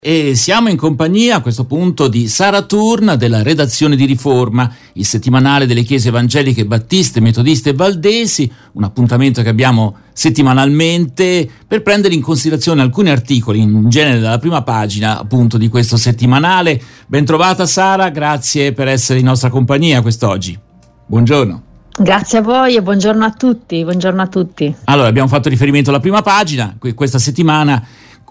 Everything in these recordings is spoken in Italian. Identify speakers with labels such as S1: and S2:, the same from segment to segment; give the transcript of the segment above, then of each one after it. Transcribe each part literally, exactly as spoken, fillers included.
S1: E siamo in compagnia a questo punto di Sara Turna della redazione di Riforma, il settimanale delle chiese evangeliche battiste, metodiste e valdesi, un appuntamento che abbiamo settimanalmente per prendere in considerazione alcuni articoli, in genere dalla prima pagina appunto di questo settimanale. Ben trovata Sara, grazie per essere in nostra compagnia quest'oggi. Buongiorno.
S2: Grazie a voi e buongiorno a tutti, buongiorno a tutti.
S1: Allora, abbiamo fatto riferimento alla prima pagina, questa settimana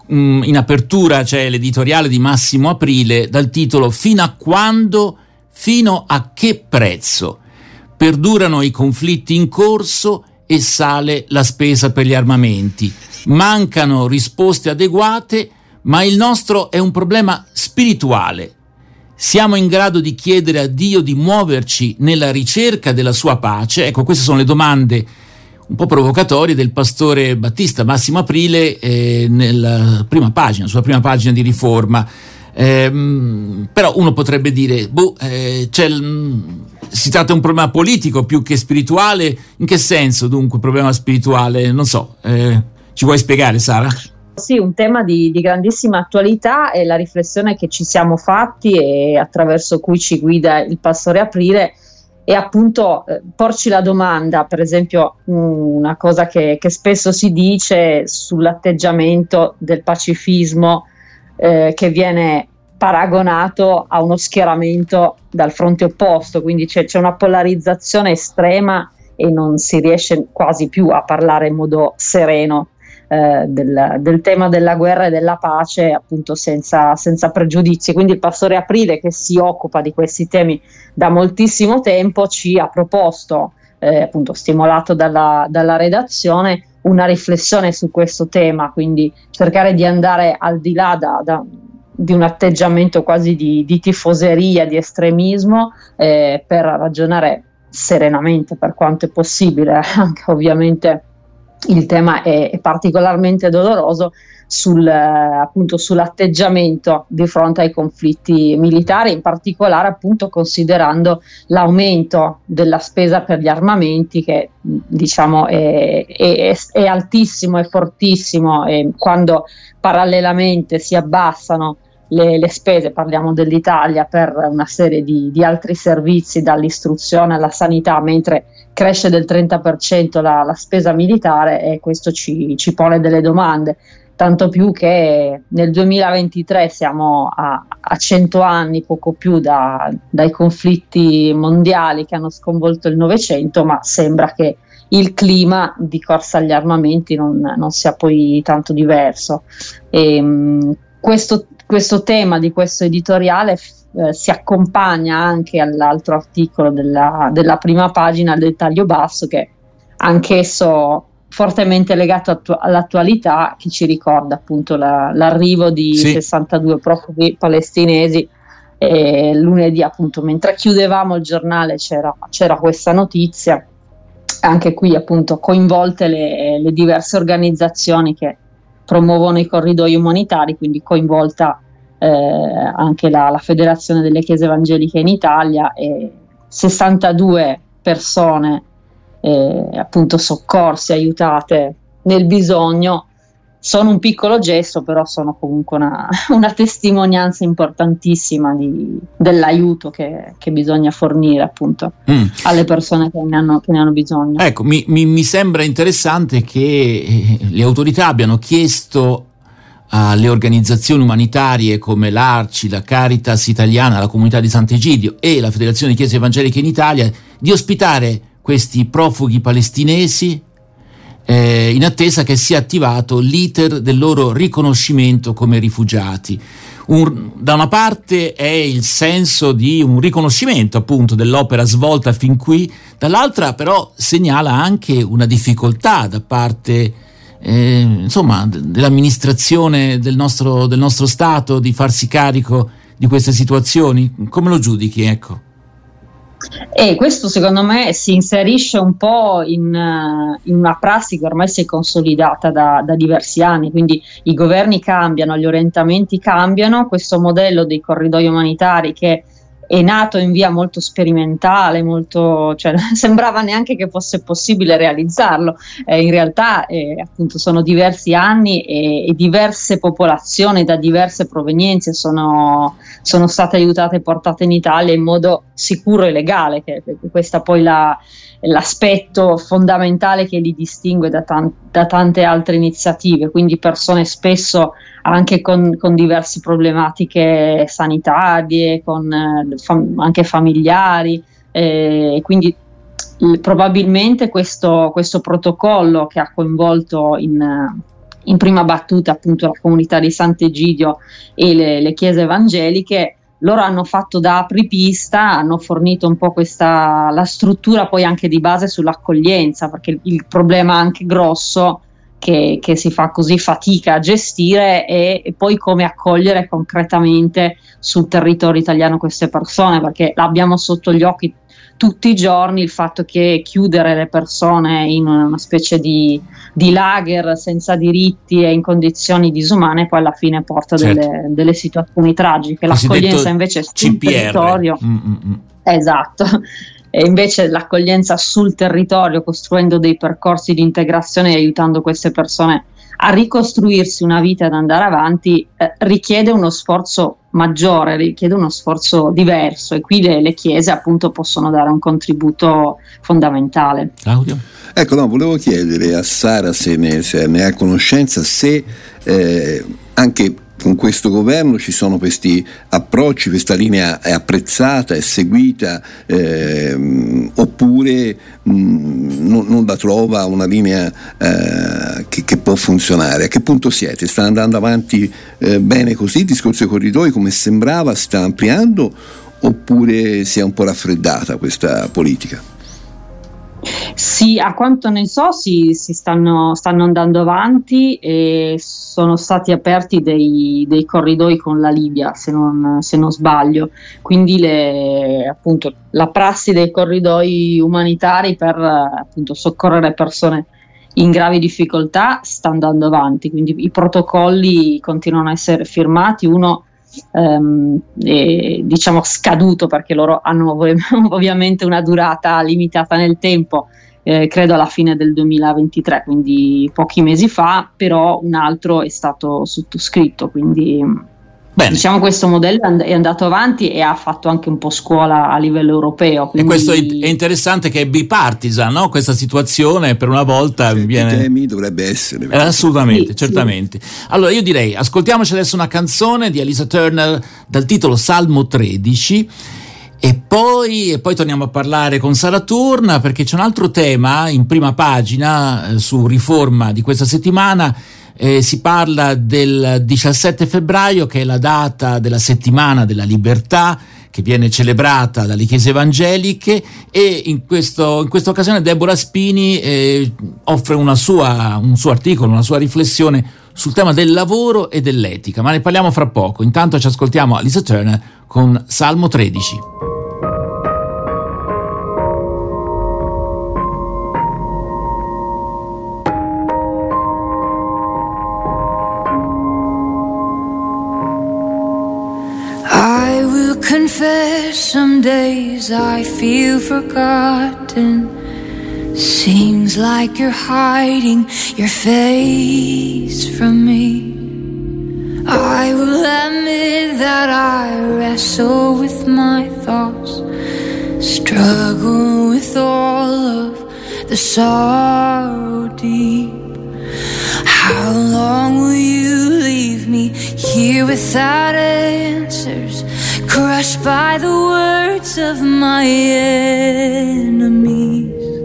S1: in apertura c'è l'editoriale di Massimo Aprile dal titolo "Fino a quando, fino a che prezzo? Perdurano i conflitti in corso e sale la spesa per gli armamenti. Mancano risposte adeguate, ma il nostro è un problema spirituale. Siamo in grado di chiedere a Dio di muoverci nella ricerca della sua pace?" Ecco, queste sono le domande un po' provocatorie del pastore battista Massimo Aprile eh, nella prima pagina, sulla prima pagina di Riforma. Eh, però uno potrebbe dire, boh, eh, c'è l- si tratta di un problema politico più che spirituale. In che senso dunque problema spirituale? Non so, eh, ci vuoi spiegare, Sara?
S2: Sì, un tema di, di grandissima attualità è la riflessione che ci siamo fatti e attraverso cui ci guida il pastore Aprile. E appunto eh, porci la domanda, per esempio mh, una cosa che, che spesso si dice sull'atteggiamento del pacifismo eh, che viene paragonato a uno schieramento dal fronte opposto, quindi c'è, c'è una polarizzazione estrema e non si riesce quasi più a parlare in modo sereno eh, del, del tema della guerra e della pace, appunto senza, senza pregiudizi. Quindi il pastore Aprile, che si occupa di questi temi da moltissimo tempo, ci ha proposto, eh, appunto stimolato dalla, dalla redazione, una riflessione su questo tema, quindi cercare di andare al di là da, da, di un atteggiamento quasi di, di tifoseria, di estremismo, eh, per ragionare serenamente per quanto è possibile, anche ovviamente il tema è, è particolarmente doloroso, sul, eh, appunto sull'atteggiamento di fronte ai conflitti militari, in particolare appunto considerando l'aumento della spesa per gli armamenti che diciamo è, è, è altissimo, è fortissimo, e quando parallelamente si abbassano le, le spese, parliamo dell'Italia, per una serie di, di altri servizi, dall'istruzione alla sanità, mentre cresce del trenta per cento la, la spesa militare, e questo ci, ci pone delle domande. Tanto più che nel duemilaventitré siamo a, a cento anni, poco più, da, dai conflitti mondiali che hanno sconvolto il Novecento, ma sembra che il clima di corsa agli armamenti non, non sia poi tanto diverso. E, mh, questo, questo tema di questo editoriale eh, si accompagna anche all'altro articolo della, della prima pagina del Taglio Basso, che anch'esso fortemente legato attu- all'attualità, che ci ricorda appunto la, l'arrivo di sì. sessantadue profughi palestinesi. E lunedì, appunto, mentre chiudevamo il giornale, c'era, c'era questa notizia, anche qui appunto coinvolte le, le diverse organizzazioni che promuovono i corridoi umanitari, quindi coinvolta eh, anche la, la Federazione delle Chiese Evangeliche in Italia, e sessantadue persone Eh, appunto soccorse, aiutate nel bisogno. Sono un piccolo gesto, però sono comunque una, una testimonianza importantissima di, dell'aiuto che, che bisogna fornire appunto mm. alle persone che ne hanno, che ne hanno bisogno.
S1: Ecco, mi, mi, mi sembra interessante che le autorità abbiano chiesto alle organizzazioni umanitarie come l'Arci, la Caritas Italiana, la Comunità di Sant'Egidio e la Federazione di Chiese Evangeliche in Italia di ospitare questi profughi palestinesi eh, in attesa che sia attivato l'iter del loro riconoscimento come rifugiati. Un, da una parte è il senso di un riconoscimento appunto dell'opera svolta fin qui, dall'altra però segnala anche una difficoltà da parte eh, insomma dell'amministrazione del nostro, del nostro Stato di farsi carico di queste situazioni. Come lo giudichi, ecco?
S2: E questo secondo me si inserisce un po' in, in una prassi che ormai si è consolidata da, da diversi anni, quindi i governi cambiano, gli orientamenti cambiano, questo modello dei corridoi umanitari che è nato in via molto sperimentale, molto, cioè, sembrava neanche che fosse possibile realizzarlo. Eh, in realtà eh, appunto sono diversi anni e, e diverse popolazioni da diverse provenienze sono, sono state aiutate e portate in Italia in modo sicuro e legale, che, che questa poi la, l'aspetto fondamentale che li distingue da, tan- da tante altre iniziative, quindi persone spesso anche con, con diverse problematiche sanitarie, con eh, fam- anche familiari, e eh, quindi l- probabilmente questo, questo protocollo che ha coinvolto in, in prima battuta appunto la comunità di Sant'Egidio e le, le chiese evangeliche, loro hanno fatto da apripista, hanno fornito un po' questa la struttura poi anche di base sull'accoglienza, perché il, il problema anche grosso Che, che si fa così fatica a gestire e, e poi come accogliere concretamente sul territorio italiano queste persone, perché l'abbiamo sotto gli occhi tutti i giorni il fatto che chiudere le persone in una specie di, di lager senza diritti e in condizioni disumane poi alla fine porta
S1: certo.
S2: delle, delle situazioni tragiche. L'accoglienza invece sul
S1: C P R.
S2: territorio
S1: Mm-mm.
S2: esatto. E invece l'accoglienza sul territorio, costruendo dei percorsi di integrazione e aiutando queste persone a ricostruirsi una vita ed andare avanti, eh, richiede uno sforzo maggiore, richiede uno sforzo diverso, e qui le, le chiese appunto possono dare un contributo fondamentale.
S1: Claudio?
S3: Ecco, no, volevo chiedere a Sara se ne, se ne ha conoscenza, se eh, anche con questo governo ci sono questi approcci, questa linea è apprezzata, è seguita, eh, oppure mh, non, non la trova una linea eh, che, che può funzionare. A che punto siete? Sta andando avanti eh, bene così il discorso dei corridoi come sembrava? Sta ampliando oppure si è un po' raffreddata questa politica?
S2: Sì, a quanto ne so si, si stanno, stanno andando avanti e sono stati aperti dei, dei corridoi con la Libia, se non, se non sbaglio, quindi le, appunto, la prassi dei corridoi umanitari per appunto soccorrere persone in gravi difficoltà sta andando avanti, quindi i protocolli continuano a essere firmati. Uno ehm, è, diciamo scaduto perché loro hanno ovviamente una durata limitata nel tempo, eh, credo alla fine del duemilaventitré, quindi pochi mesi fa, però un altro è stato sottoscritto, quindi bene. Diciamo questo modello è andato avanti e ha fatto anche un po' scuola a livello europeo. Quindi...
S1: E questo è interessante, che è bipartisan, no? Questa situazione per una volta
S3: certi
S1: viene...
S3: temi dovrebbe essere.
S1: Eh, assolutamente,
S2: sì,
S1: certamente. Sì. Allora io direi, ascoltiamoci adesso una canzone di Alisa Turner dal titolo Salmo tredici e poi, e poi torniamo a parlare con Sara Turna, perché c'è un altro tema in prima pagina eh, su Riforma di questa settimana. Eh, si parla del diciassette febbraio, che è la data della settimana della libertà, che viene celebrata dalle chiese evangeliche, e in, questo, in questa occasione Deborah Spini eh, offre una sua, un suo articolo, una sua riflessione sul tema del lavoro e dell'etica, ma ne parliamo fra poco. Intanto ci ascoltiamo Alisa Turner con Salmo tredici.
S4: Confess some days I feel forgotten. Seems like you're hiding your face from me. I will admit that I wrestle with my thoughts, struggle with all of the sorrow deep. How long will you leave me here without answers, crushed by the words of my enemies?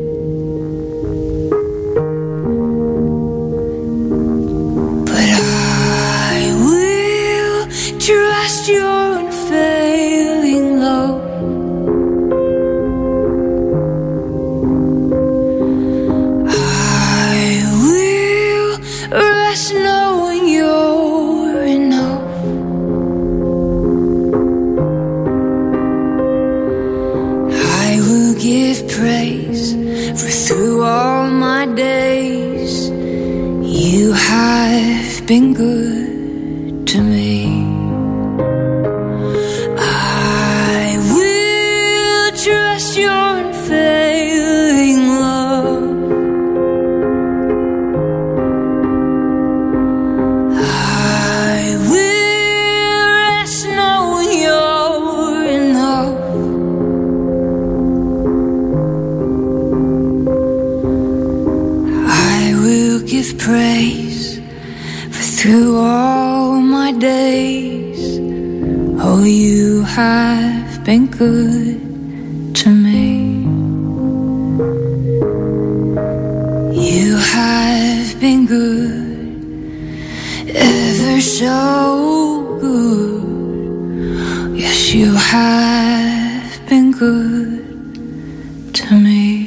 S4: But I will trust your unfailing love. I will rest knowing you're enough. Give praise days. Oh, you have been good to me. You have been good, ever so good. Yes, you have been good to me.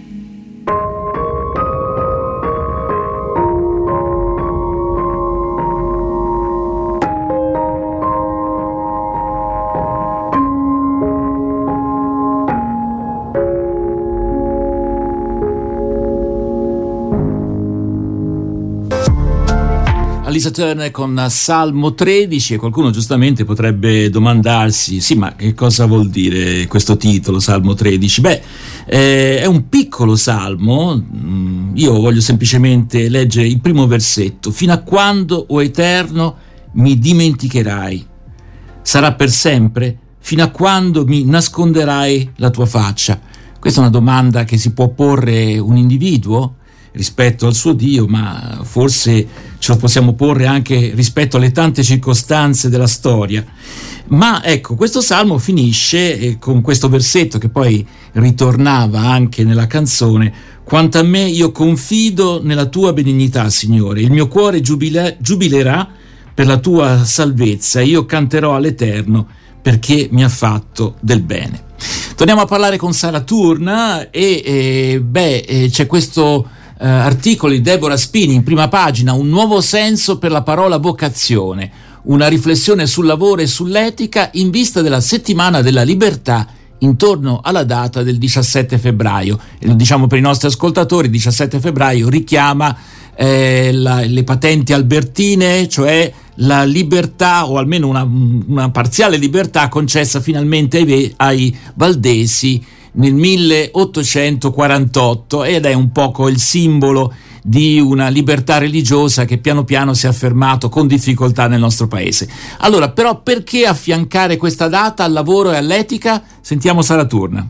S1: Lisa Turner con Salmo tredici, e qualcuno giustamente potrebbe domandarsi: sì, ma che cosa vuol dire questo titolo, Salmo tredici? Beh, eh, è un piccolo salmo. Io voglio semplicemente leggere il primo versetto: fino a quando, o Eterno, mi dimenticherai? Sarà per sempre? Fino a quando mi nasconderai la tua faccia? Questa è una domanda che si può porre un individuo rispetto al suo Dio, ma forse ce lo possiamo porre anche rispetto alle tante circostanze della storia. Ma ecco, questo salmo finisce con questo versetto che poi ritornava anche nella canzone: quanto a me, io confido nella tua benignità, Signore, il mio cuore giubile, giubilerà per la tua salvezza, io canterò all'Eterno perché mi ha fatto del bene. Torniamo a parlare con Sara Turna e, e beh, e c'è questo Uh, articolo di Deborah Spini in prima pagina: un nuovo senso per la parola vocazione, una riflessione sul lavoro e sull'etica in vista della settimana della libertà intorno alla data del diciassette febbraio. E lo diciamo per i nostri ascoltatori: il diciassette febbraio richiama eh, la, le patenti albertine, cioè la libertà, o almeno una, una parziale libertà concessa finalmente ai, ai valdesi nel milleottocentoquarantotto, ed è un poco il simbolo di una libertà religiosa che piano piano si è affermato con difficoltà nel nostro paese. Allora, però, perché affiancare questa data al lavoro e all'etica? Sentiamo Sara Turna.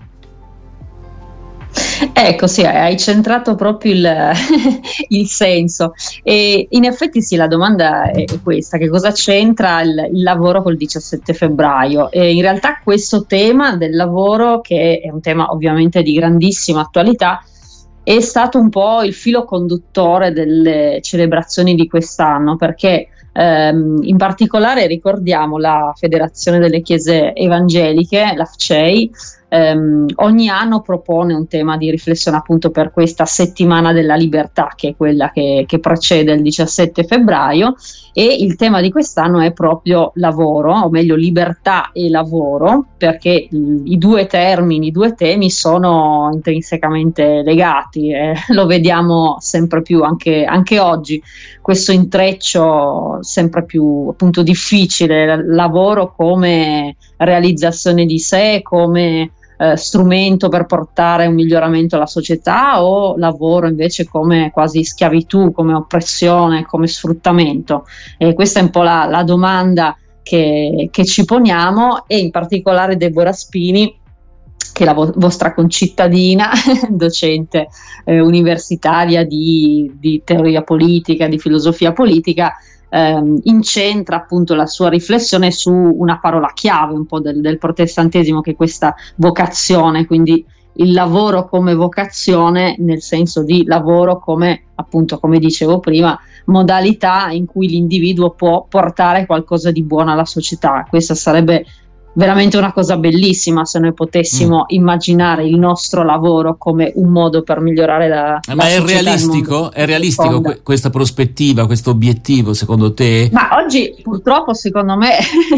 S2: Ecco, sì, hai centrato proprio il, il senso, e in effetti sì, la domanda è questa: che cosa c'entra il, il lavoro col diciassette febbraio? E in realtà questo tema del lavoro, che è un tema ovviamente di grandissima attualità, è stato un po' il filo conduttore delle celebrazioni di quest'anno, perché ehm, in particolare ricordiamo la Federazione delle Chiese Evangeliche, la F C E I, ehm, ogni anno propone un tema di riflessione appunto per questa settimana della libertà, che è quella che, che precede il diciassette febbraio, e il tema di quest'anno è proprio lavoro, o meglio libertà e lavoro, perché i, i due termini, i due temi sono intrinsecamente legati, e lo vediamo sempre più anche, anche oggi, questo intreccio sempre più appunto difficile, lavoro come realizzazione di sé, come eh, strumento per portare un miglioramento alla società, o lavoro invece come quasi schiavitù, come oppressione, come sfruttamento. E questa è un po' la, la domanda che, che ci poniamo, e in particolare Deborah Spini, che è la vo- vostra concittadina, docente eh, universitaria di, di teoria politica, di filosofia politica, ehm, incentra appunto la sua riflessione su una parola chiave un po' del, del protestantesimo, che è questa vocazione, quindi il lavoro come vocazione, nel senso di lavoro come, appunto, come dicevo prima, modalità in cui l'individuo può portare qualcosa di buono alla società. Questa sarebbe veramente una cosa bellissima, se noi potessimo mm. immaginare il nostro lavoro come un modo per migliorare la,
S1: eh,
S2: la
S1: ma è
S2: società.
S1: realistico? È realistico que- questa prospettiva, questo obiettivo, secondo te?
S2: Ma oggi purtroppo, secondo me,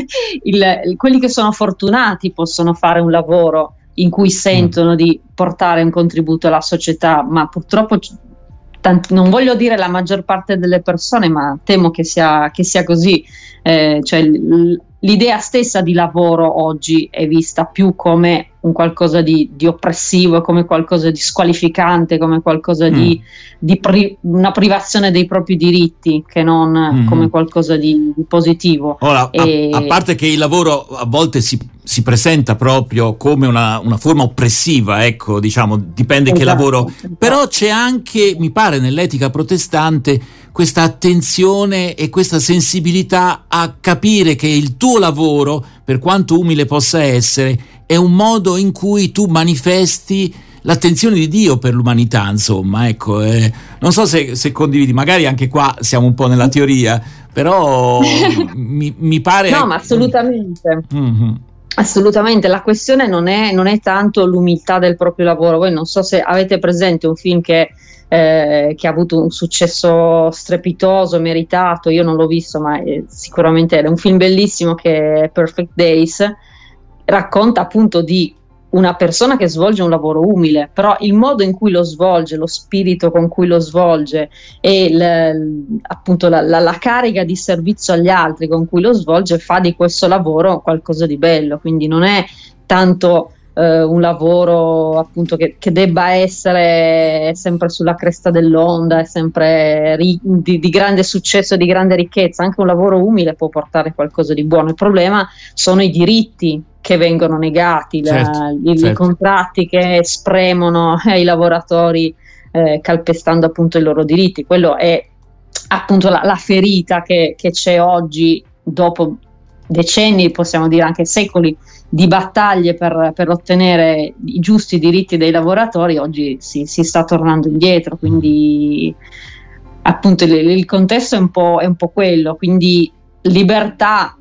S2: il, il, quelli che sono fortunati possono fare un lavoro in cui sentono mm. di portare un contributo alla società, ma purtroppo tanti, non voglio dire la maggior parte delle persone, ma temo che sia, che sia così, eh, cioè l, l'idea stessa di lavoro oggi è vista più come un qualcosa di, di oppressivo, come qualcosa di squalificante, come qualcosa mm. di, di pri- una privazione dei propri diritti, che non mm. come qualcosa di, di positivo.
S1: Ora,
S2: e...
S1: a, a parte che il lavoro a volte si si presenta proprio come una, una forma oppressiva, ecco, diciamo, dipende esatto, che lavoro, esatto. Però c'è anche, mi pare, nell'etica protestante questa attenzione e questa sensibilità a capire che il tuo lavoro, per quanto umile possa essere, è un modo in cui tu manifesti l'attenzione di Dio per l'umanità, insomma, ecco, eh, non so se, se condividi, magari anche qua siamo un po' nella teoria, però mi, mi pare...
S2: No, ma assolutamente.
S1: Mm-hmm.
S2: Assolutamente, la questione non è, non è tanto l'umiltà del proprio lavoro. Voi non so se avete presente un film che, eh, che ha avuto un successo strepitoso, meritato, io non l'ho visto, ma è, sicuramente è un film bellissimo, che è Perfect Days, racconta appunto di una persona che svolge un lavoro umile, però il modo in cui lo svolge, lo spirito con cui lo svolge e il, appunto la, la, la carica di servizio agli altri con cui lo svolge fa di questo lavoro qualcosa di bello. Quindi non è tanto eh, un lavoro appunto che, che debba essere sempre sulla cresta dell'onda, è sempre ri, di, di grande successo e di grande ricchezza. Anche un lavoro umile può portare qualcosa di buono. Il problema sono i diritti che vengono negati,
S1: certo,
S2: la, i,
S1: certo.
S2: i contratti che spremono ai lavoratori, eh, calpestando appunto i loro diritti. Quello è appunto la, la ferita che, che c'è oggi, dopo decenni, possiamo dire anche secoli di battaglie per, per ottenere i giusti diritti dei lavoratori. Oggi si, si sta tornando indietro, quindi appunto il, il contesto è un po', è un po' quello, quindi libertà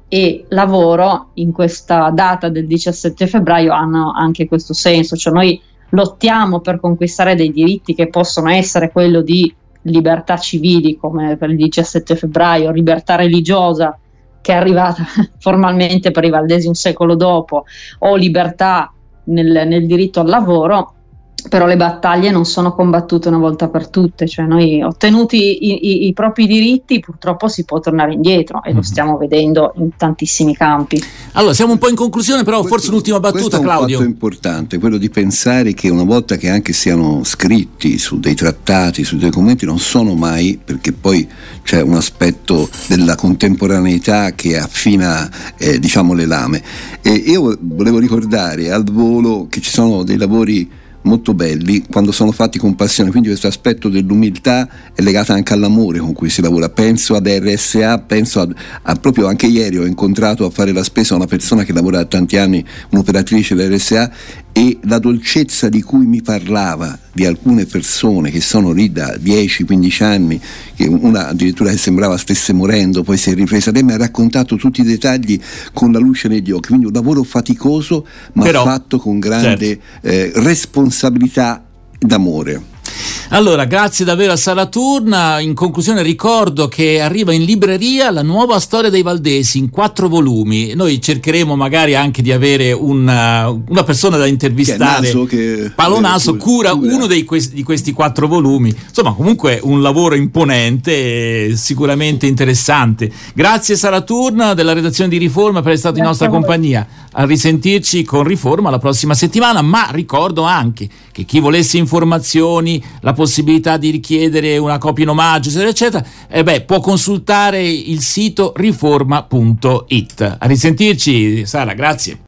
S2: e lavoro in questa data del diciassette febbraio hanno anche questo senso, cioè noi lottiamo per conquistare dei diritti che possono essere quello di libertà civili, come per il diciassette febbraio, libertà religiosa, che è arrivata formalmente per i Valdesi un secolo dopo, o libertà nel, nel diritto al lavoro. Però le battaglie non sono combattute una volta per tutte, cioè noi ottenuti i, i, i propri diritti purtroppo si può tornare indietro, e mm-hmm. lo stiamo vedendo in tantissimi campi.
S1: Allora siamo un po' in conclusione, però questo, forse un'ultima battuta, Claudio.
S3: Questo è un fatto importante, quello di pensare che una volta che anche siano scritti su dei trattati, su dei documenti, non sono mai, perché poi c'è un aspetto della contemporaneità che affina eh, diciamo le lame. E io volevo ricordare al volo che ci sono dei lavori molto belli quando sono fatti con passione, quindi questo aspetto dell'umiltà è legato anche all'amore con cui si lavora. Penso ad R S A, penso a, a proprio anche ieri ho incontrato a fare la spesa una persona che lavora da tanti anni, un'operatrice della R S A, e la dolcezza di cui mi parlava di alcune persone che sono lì da dieci quindici anni, che una addirittura che sembrava stesse morendo, poi si è ripresa, lei mi ha raccontato tutti i dettagli con la luce negli occhi, quindi un lavoro faticoso ma Però, fatto con grande certo. eh, responsabilità d'amore.
S1: Allora, grazie davvero a Sara Turna. In conclusione ricordo che arriva in libreria la nuova storia dei Valdesi in quattro volumi. Noi cercheremo magari anche di avere una, una persona da intervistare.
S3: Che Naso, che
S1: Paolo Naso cura, cura uno dei questi, di questi quattro volumi. Insomma, comunque un lavoro imponente e sicuramente interessante. Grazie Sara Turna della redazione di Riforma per essere stato in nostra compagnia. A risentirci con Riforma la prossima settimana, ma ricordo anche che chi volesse informazioni, la possibilità di richiedere una copia in omaggio, eccetera, eccetera, eh beh, può consultare il sito riforma punto it. A risentirci, Sara, grazie.